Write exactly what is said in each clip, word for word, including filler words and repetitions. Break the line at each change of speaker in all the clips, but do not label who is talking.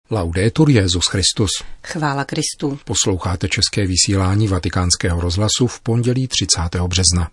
Laudetur Jesus Christus.
Chvála Kristu.
Posloucháte české vysílání Vatikánského rozhlasu v pondělí třicátého března.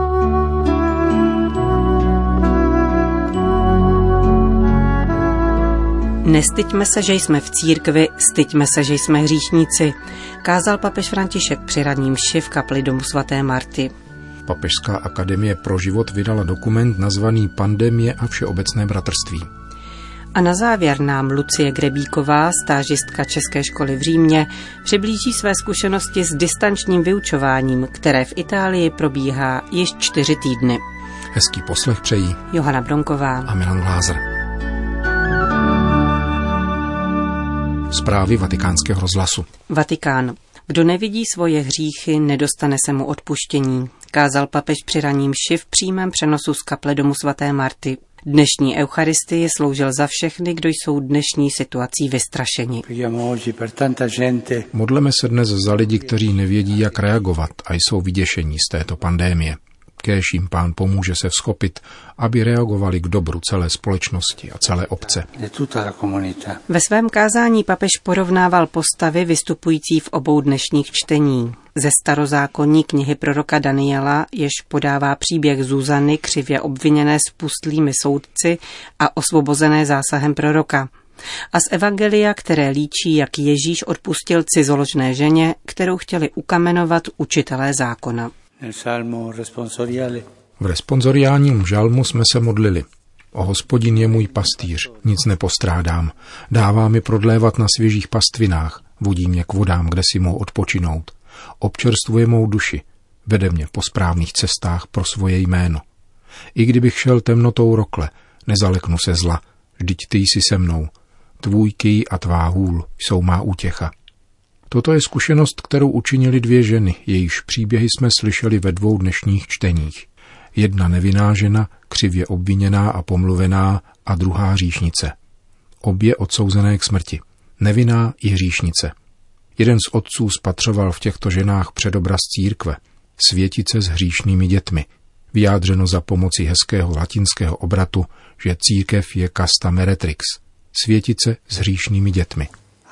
Nestyďme se, že jsme v církvi, styďme se, že jsme hříšníci, kázal papež František při ranní mši v kapli domu svaté Marty.
Papežská akademie pro život vydala dokument nazvaný Pandemie a všeobecné bratrství.
A na závěr nám Lucie Grebíková, stážistka České školy v Římě, přiblíží své zkušenosti s distančním vyučováním, které v Itálii probíhá již čtyři týdny.
Hezký poslech přejí
Johana Bronková
a Milan Glázer. Zprávy Vatikánského rozhlasu.
Vatikán. Kdo nevidí svoje hříchy, nedostane se mu odpuštění, kázal papež při ranní mši v přímém přenosu z kaple domu svaté Marty. Dnešní eucharistii sloužil za všechny, kdo jsou dnešní situací vystrašeni.
Modleme se dnes za lidi, kteří nevědí, jak reagovat a jsou vyděšení z této pandémie. Kéž jim Pán pomůže se vzchopit, aby reagovali k dobru celé společnosti a celé obce.
Ve svém kázání papež porovnával postavy vystupující v obou dnešních čtení. Ze starozákonní knihy proroka Daniela, jež podává příběh Zuzany křivě obviněné spustlými soudci a osvobozené zásahem proroka. A z evangelia, které líčí, jak Ježíš odpustil cizoložné ženě, kterou chtěli ukamenovat učitelé zákona.
V responsoriálním žalmu jsme se modlili. O Hospodin je můj pastýř, nic nepostrádám. Dává mi prodlévat na svěžích pastvinách, vodí mě k vodám, kde si mohu odpočinout. Občerstvuje mou duši, vede mě po správných cestách pro svoje jméno. I kdybych šel temnotou rokle, nezaleknu se zla, vždyť ty jsi se mnou. Tvůj kýj a tvá hůl jsou má útěcha. Toto je zkušenost, kterou učinili dvě ženy, jejíž příběhy jsme slyšeli ve dvou dnešních čteních. Jedna nevinná žena, křivě obviněná a pomluvená, a druhá hříšnice. Obě odsouzené k smrti. Nevinná i hříšnice. Jeden z otců spatřoval v těchto ženách předobraz církve, světice s hříšnými dětmi, vyjádřeno za pomoci hezkého latinského obratu, že církev je casta meretrix, světice s hříšnými dětmi.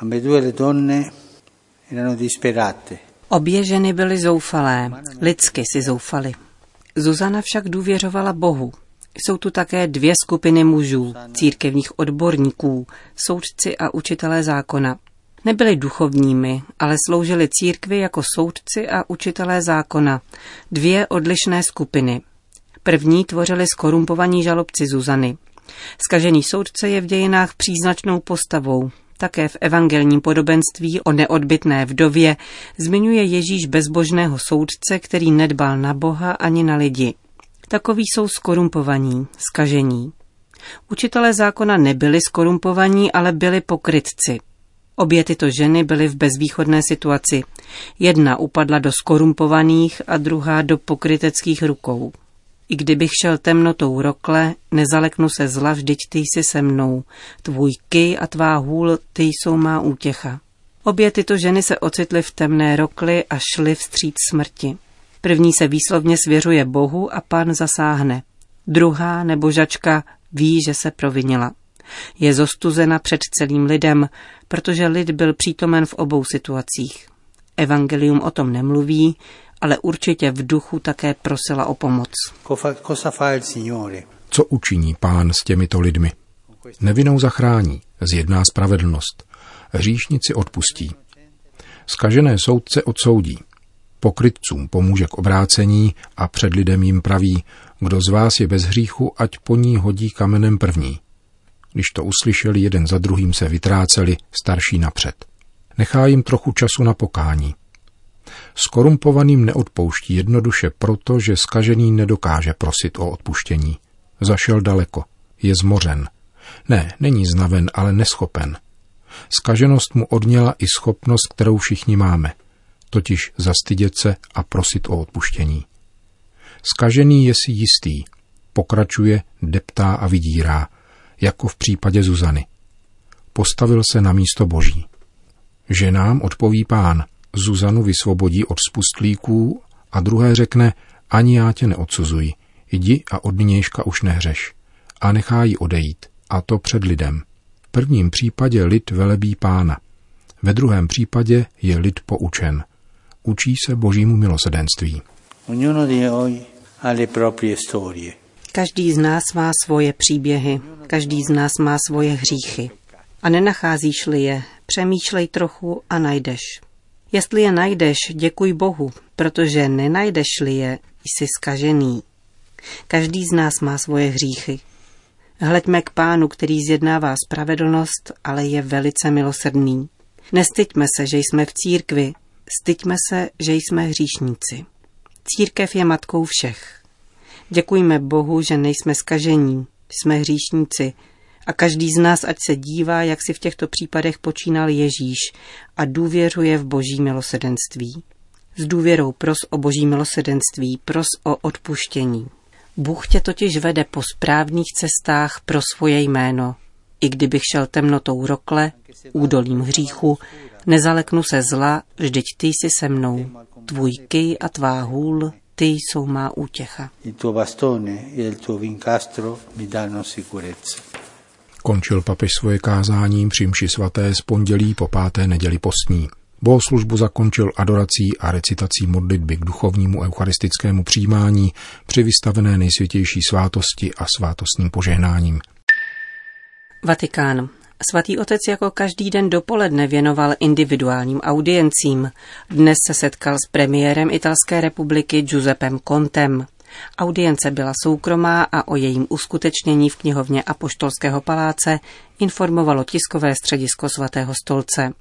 Obě ženy byly zoufalé, lidsky si zoufali. Zuzana však důvěřovala Bohu. Jsou tu také dvě skupiny mužů, církevních odborníků, soudci a učitelé zákona. Nebyli duchovními, ale sloužili církvi jako soudci a učitelé zákona. Dvě odlišné skupiny. První tvořili skorumpovaní žalobci Zuzany. Zkažený soudce je v dějinách příznačnou postavou. Také v evangelním podobenství o neodbytné vdově zmiňuje Ježíš bezbožného soudce, který nedbal na Boha ani na lidi. Takoví jsou skorumpovaní, zkažení. Učitelé zákona nebyli skorumpovaní, ale byli pokrytci. Obě tyto ženy byly v bezvýchodné situaci. Jedna upadla do skorumpovaných a druhá do pokryteckých rukou. I kdybych šel temnotou rokle, nezaleknu se zla, vždyť ty jsi se mnou. Tvůj kýj a tvá hůl, ty jsou má útěcha. Obě tyto ženy se ocitly v temné rokli a šly vstříc smrti. První se výslovně svěřuje Bohu a Pán zasáhne. Druhá, nebožačka, ví, že se provinila. Je zostuzena před celým lidem, protože lid byl přítomen v obou situacích. Evangelium o tom nemluví, ale určitě v duchu také prosila o pomoc.
Co učiní Pán s těmito lidmi? Nevinnou zachrání, zjedná spravedlnost. Hříšnici odpustí. Zkažené soudce odsoudí. Pokrytcům pomůže k obrácení a před lidem jim praví, kdo z vás je bez hříchu, ať po ní hodí kamenem první. Když to uslyšeli, jeden za druhým se vytráceli, starší napřed. Nechá jim trochu času na pokání. Skorumpovaným neodpouští jednoduše proto, že zkažený nedokáže prosit o odpuštění. Zašel daleko, je zmořen. Ne, není znaven, ale neschopen. Zkaženost mu odněla i schopnost, kterou všichni máme, totiž zastydět se a prosit o odpuštění. Zkažený je si jistý, pokračuje, deptá a vydírá, jako v případě Zuzany. Postavil se na místo Boží. Ženám odpoví Pán, Zuzanu vysvobodí od spustlíků a druhé řekne, ani já tě neodsuzuji, jdi a od nynějška už nehřeš. A nechá ji odejít, a to před lidem. V prvním případě lid velebí Pána. Ve druhém případě je lid poučen. Učí se Božímu milosrdenství.
Každý z nás má svoje příběhy, každý z nás má svoje hříchy. A nenacházíš-li je, přemýšlej trochu a najdeš. Jestli je najdeš, děkuj Bohu, protože nenajdeš-li je, jsi zkažený. Každý z nás má svoje hříchy. Hleďme k Pánu, který zjednává spravedlnost, ale je velice milosrdný. Nestyďme se, že jsme v církvi, styďme se, že jsme hříšníci. Církev je matkou všech. Děkujme Bohu, že nejsme zkažení, jsme hříšníci a každý z nás ať se dívá, jak si v těchto případech počínal Ježíš a důvěřuje v Boží milosrdenství. S důvěrou pros o Boží milosrdenství, pros o odpuštění. Bůh tě totiž vede po správných cestách pro svoje jméno. I kdybych šel temnotou rokle, údolím hříchu, nezaleknu se zla, vždyť ty jsi se mnou. Tvůj kyj a tvá hůl, ty jsou má útěcha.
Končil papež svoje kázání při mši svaté z pondělí po páté neděli postní. Bohoslužbu zakončil adorací a recitací modlitby k duchovnímu eucharistickému přijímání při vystavené nejsvětější svátosti a svátostním požehnáním.
Vatikán. Svatý otec jako každý den dopoledne věnoval individuálním audiencím. Dnes se setkal s premiérem Italské republiky Giuseppem Contem. Audience byla soukromá a o jejím uskutečnění v knihovně Apoštolského paláce informovalo tiskové středisko Svatého stolce.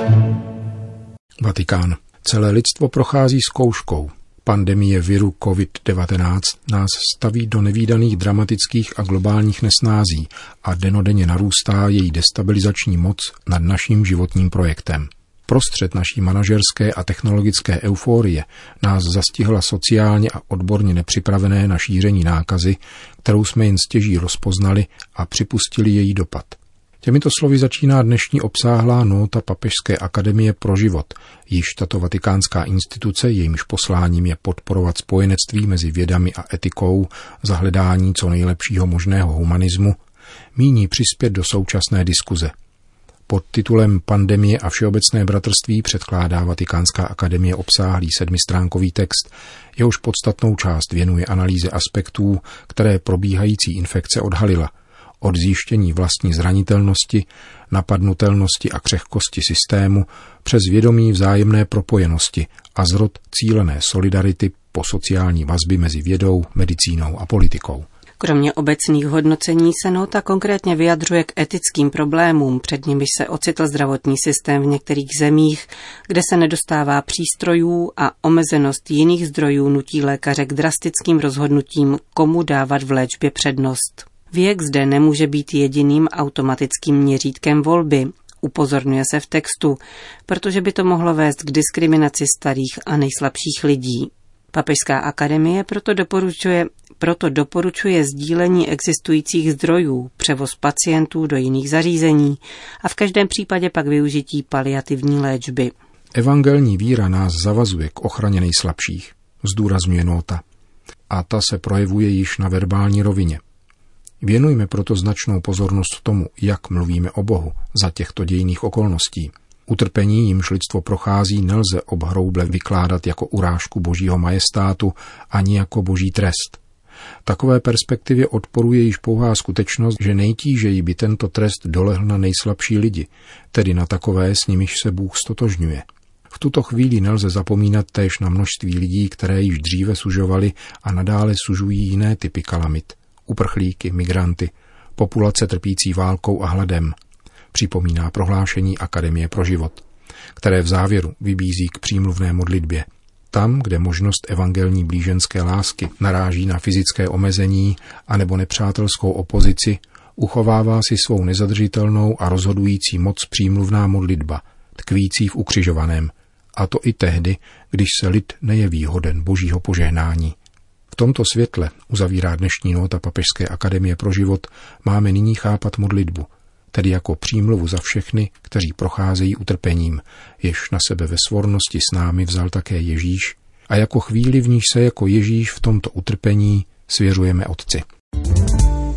Vatikán. Celé lidstvo prochází zkouškou. Pandemie viru covid devatenáct nás staví do nevídaných dramatických a globálních nesnází a denodenně narůstá její destabilizační moc nad naším životním projektem. Prostřed naší manažerské a technologické euforie nás zastihla sociálně a odborně nepřipravené na šíření nákazy, kterou jsme jen stěží rozpoznali a připustili její dopad. Těmito slovy začíná dnešní obsáhlá nóta Papežské akademie pro život, již tato vatikánská instituce, jejímž posláním je podporovat spojenectví mezi vědami a etikou za hledání co nejlepšího možného humanismu, míní přispět do současné diskuze. Pod titulem Pandemie a všeobecné bratrství předkládá Vatikánská akademie obsáhlý sedmistránkový text, jehož podstatnou část věnuje analýze aspektů, které probíhající infekce odhalila, od zjištění vlastní zranitelnosti, napadnutelnosti a křehkosti systému přes vědomí vzájemné propojenosti a zrod cílené solidarity po sociální vazby mezi vědou, medicínou a politikou.
Kromě obecných hodnocení se nota konkrétně vyjadřuje k etickým problémům, před nimiž se ocitl zdravotní systém v některých zemích, kde se nedostává přístrojů a omezenost jiných zdrojů nutí lékaře k drastickým rozhodnutím, komu dávat v léčbě přednost. Věk zde nemůže být jediným automatickým měřítkem volby, upozorňuje se v textu, protože by to mohlo vést k diskriminaci starých a nejslabších lidí. Papežská akademie proto doporučuje, proto doporučuje sdílení existujících zdrojů, převoz pacientů do jiných zařízení a v každém případě pak využití paliativní léčby.
Evangelní víra nás zavazuje k ochraně nejslabších, zdůrazňuje nóta. A ta se projevuje již na verbální rovině. Věnujme proto značnou pozornost tomu, jak mluvíme o Bohu za těchto dějinných okolností. Utrpení, jimž lidstvo prochází, nelze obhrouble vykládat jako urážku božího majestátu ani jako boží trest. Takové perspektivě odporuje již pouhá skutečnost, že nejtížeji by tento trest dolehl na nejslabší lidi, tedy na takové, s nimiž se Bůh stotožňuje. V tuto chvíli nelze zapomínat též na množství lidí, které již dříve sužovali a nadále sužují jiné typy kalamit. Uprchlíky, migranty, populace trpící válkou a hladem, připomíná prohlášení Akademie pro život, které v závěru vybízí k přímluvné modlitbě. Tam, kde možnost evangelní blíženské lásky naráží na fyzické omezení anebo nepřátelskou opozici, uchovává si svou nezadržitelnou a rozhodující moc přímluvná modlitba, tkvící v ukřižovaném, a to i tehdy, když se lid nejeví hoden božího požehnání. V tomto světle, uzavírá dnešní nóta Papežské akademie pro život, máme nyní chápat modlitbu, tedy jako přímluvu za všechny, kteří procházejí utrpením, jež na sebe ve svornosti s námi vzal také Ježíš, a jako chvíli, v níž se jako Ježíš v tomto utrpení svěřujeme Otci.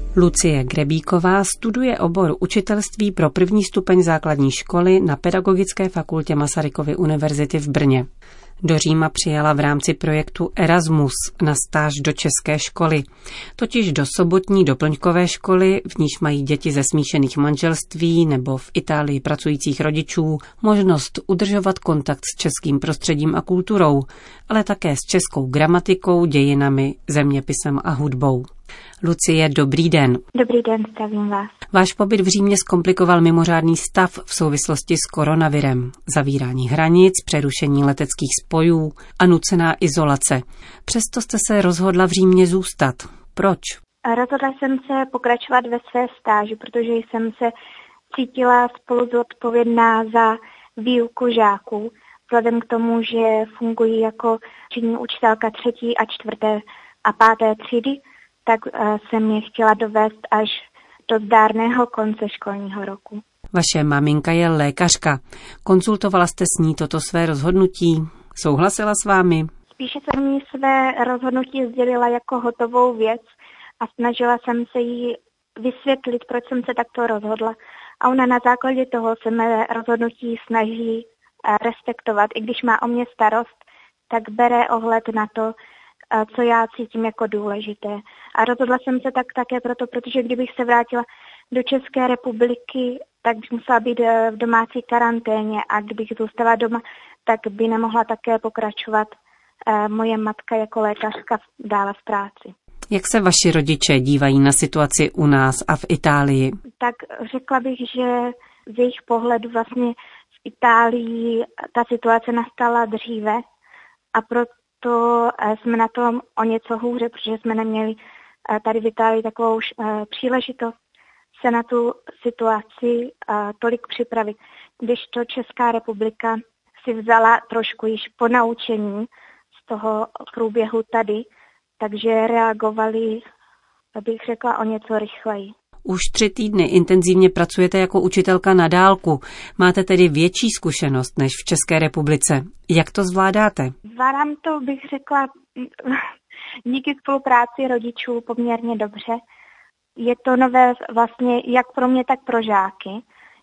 Lucie Grebíková studuje obor učitelství pro první stupeň základní školy na Pedagogické fakultě Masarykovy univerzity v Brně. Do Říma přijela v rámci projektu Erasmus na stáž do české školy, totiž do sobotní doplňkové školy, v níž mají děti ze smíšených manželství nebo v Itálii pracujících rodičů možnost udržovat kontakt s českým prostředím a kulturou, ale také s českou gramatikou, dějinami, zeměpisem a hudbou. Lucie, dobrý den.
Dobrý den, zdravím vás.
Váš pobyt v Římě zkomplikoval mimořádný stav v souvislosti s koronavirem. Zavírání hranic, přerušení leteckých spojů a nucená izolace. Přesto jste se rozhodla v Římě zůstat. Proč?
Rozhodla jsem se pokračovat ve své stáži, protože jsem se cítila spolu zodpovědná za výuku žáků. Vzhledem k tomu, že funguji jako třídní učitelka třetí a čtvrté a páté třídy, tak jsem je chtěla dovést až do zdárného konce školního roku.
Vaše maminka je lékařka. Konzultovala jste s ní toto své rozhodnutí? Souhlasila s vámi?
Spíše jsem jí své rozhodnutí sdělila jako hotovou věc a snažila jsem se jí vysvětlit, proč jsem se takto rozhodla. A ona na základě toho se mé rozhodnutí snaží respektovat. I když má o mě starost, tak bere ohled na to, co já cítím jako důležité. A rozhodla jsem se tak také proto, protože kdybych se vrátila do České republiky, tak bych musela být v domácí karanténě a kdybych zůstala doma, tak by nemohla také pokračovat moje matka jako lékařka dále v práci.
Jak se vaši rodiče dívají na situaci u nás a v Itálii?
Tak řekla bych, že z jejich pohledu vlastně v Itálii ta situace nastala dříve a proto to jsme na tom o něco hůře, protože jsme neměli tady v Itálii takovou příležitost se na tu situaci tolik připravit. Když to Česká republika si vzala trošku již po naučení z toho průběhu tady, takže reagovali, bych řekla, o něco rychleji.
Už tři týdny intenzivně pracujete jako učitelka na dálku. Máte tedy větší zkušenost než v České republice. Jak to zvládáte?
Zvládám to, bych řekla, díky spolupráci rodičů poměrně dobře. Je to nové vlastně jak pro mě, tak pro žáky.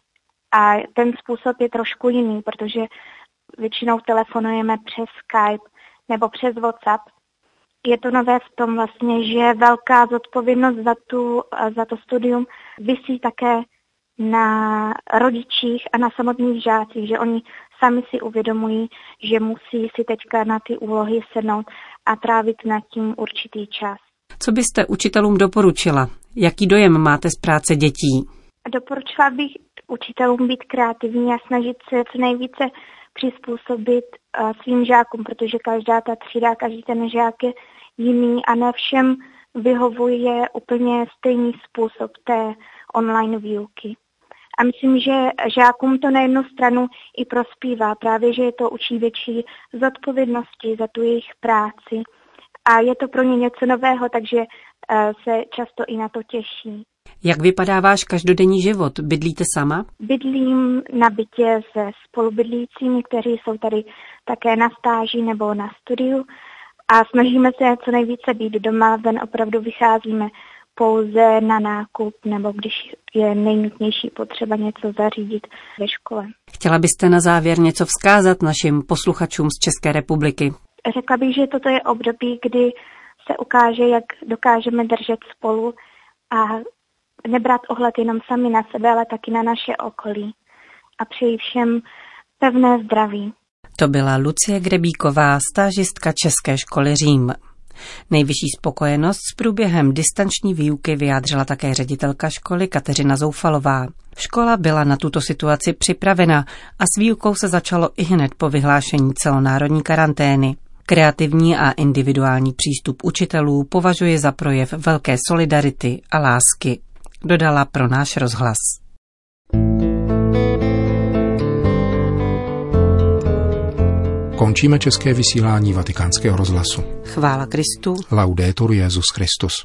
A ten způsob je trošku jiný, protože většinou telefonujeme přes Skype nebo přes WhatsApp. Je to nové v tom vlastně, že velká zodpovědnost za, tu, za to studium visí také na rodičích a na samotných žácích, že oni sami si uvědomují, že musí si teďka na ty úlohy sednout a trávit nad tím určitý čas.
Co byste učitelům doporučila? Jaký dojem máte z práce dětí?
Doporučila bych učitelům být kreativní a snažit se co nejvíce přizpůsobit uh, svým žákům, protože každá ta třída, každý ten žák je jiný a ne všem vyhovuje úplně stejný způsob té online výuky. A myslím, že žákům to na jednu stranu i prospívá, právě že je to učí větší zodpovědnosti za tu jejich práci a je to pro ně něco nového, takže uh, se často i na to těší.
Jak vypadá váš každodenní život? Bydlíte sama?
Bydlím na bytě se spolubydlícími, kteří jsou tady také na stáži nebo na studiu a snažíme se co nejvíce být doma, ven opravdu vycházíme pouze na nákup nebo když je nejnutnější potřeba něco zařídit ve škole.
Chtěla byste na závěr něco vzkázat našim posluchačům z České republiky?
Řekla bych, že toto je období, kdy se ukáže, jak dokážeme držet spolu a nebrat ohled jenom sami na sebe, ale taky na naše okolí. A přeji všem pevné zdraví.
To byla Lucie Grebíková, stážistka České školy Řím. Nejvyšší spokojenost s průběhem distanční výuky vyjádřila také ředitelka školy Kateřina Zoufalová. Škola byla na tuto situaci připravena a s výukou se začalo ihned po vyhlášení celonárodní karantény. Kreativní a individuální přístup učitelů považuji za projev velké solidarity a lásky, dodala pro náš rozhlas.
Končíme české vysílání Vatikánského rozhlasu.
Chvála Kristu.
Laudetur Jesus Christus.